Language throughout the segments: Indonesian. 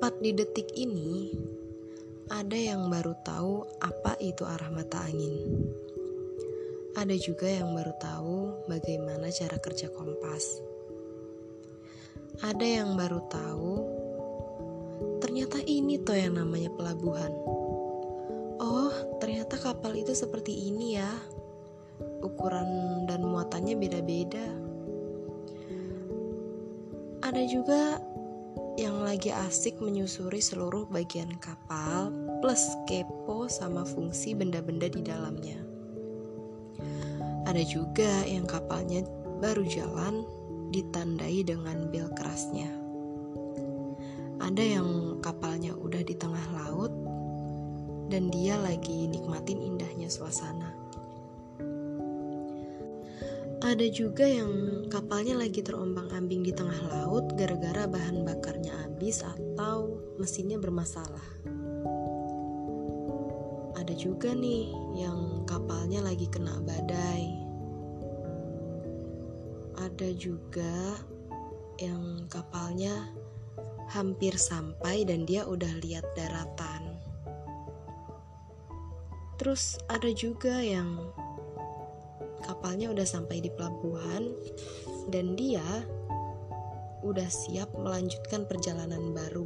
Tepat di detik ini, ada yang baru tahu apa itu arah mata angin. Ada juga yang baru tahu bagaimana cara kerja kompas. Ada yang baru tahu, ternyata ini toh yang namanya pelabuhan. Oh, ternyata kapal itu seperti ini ya. Ukuran dan muatannya beda-beda. Ada juga yang lagi asik menyusuri seluruh bagian kapal plus kepo sama fungsi benda-benda di dalamnya. Ada juga yang kapalnya baru jalan ditandai dengan bel kerasnya. Ada yang kapalnya udah di tengah laut dan dia lagi nikmatin indahnya suasana. Ada juga yang kapalnya lagi terombang-ambing di tengah laut gara-gara bahan bakarnya habis atau mesinnya bermasalah. Ada juga nih yang kapalnya lagi kena badai. Ada juga yang kapalnya hampir sampai dan dia udah lihat daratan. Terus ada juga yang kapalnya udah sampai di pelabuhan dan dia udah siap melanjutkan perjalanan baru.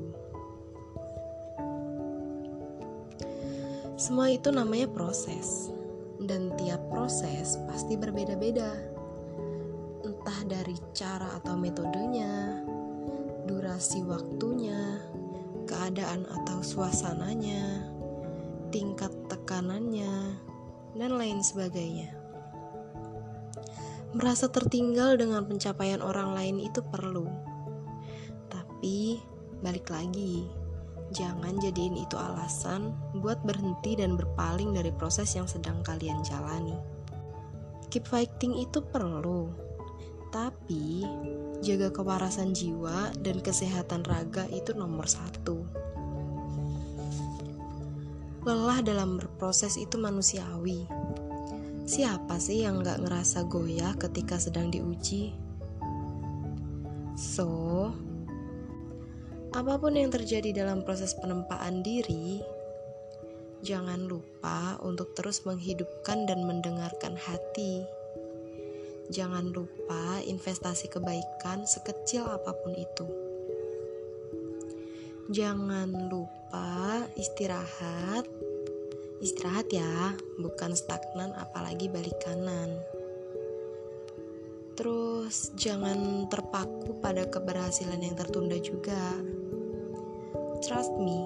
Semua itu namanya proses, dan tiap proses pasti berbeda-beda. Entah dari cara atau metodenya, durasi waktunya, keadaan atau suasananya, tingkat tekanannya, dan lain sebagainya. Merasa tertinggal dengan pencapaian orang lain itu perlu. Tapi, balik lagi, jangan jadiin itu alasan buat berhenti dan berpaling dari proses yang sedang kalian jalani. Keep fighting itu perlu, tapi jaga kewarasan jiwa dan kesehatan raga itu nomor 1. Lelah dalam berproses itu manusiawi. Siapa sih yang gak ngerasa goyah ketika sedang diuji? So, apapun yang terjadi dalam proses penempaan diri, jangan lupa untuk terus menghidupkan dan mendengarkan hati. Jangan lupa investasi kebaikan sekecil apapun itu. Jangan lupa istirahat ya, bukan stagnan apalagi balik kanan. Terus jangan terpaku pada keberhasilan yang tertunda juga. Trust me,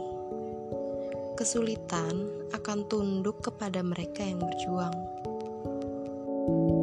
kesulitan akan tunduk kepada mereka yang berjuang.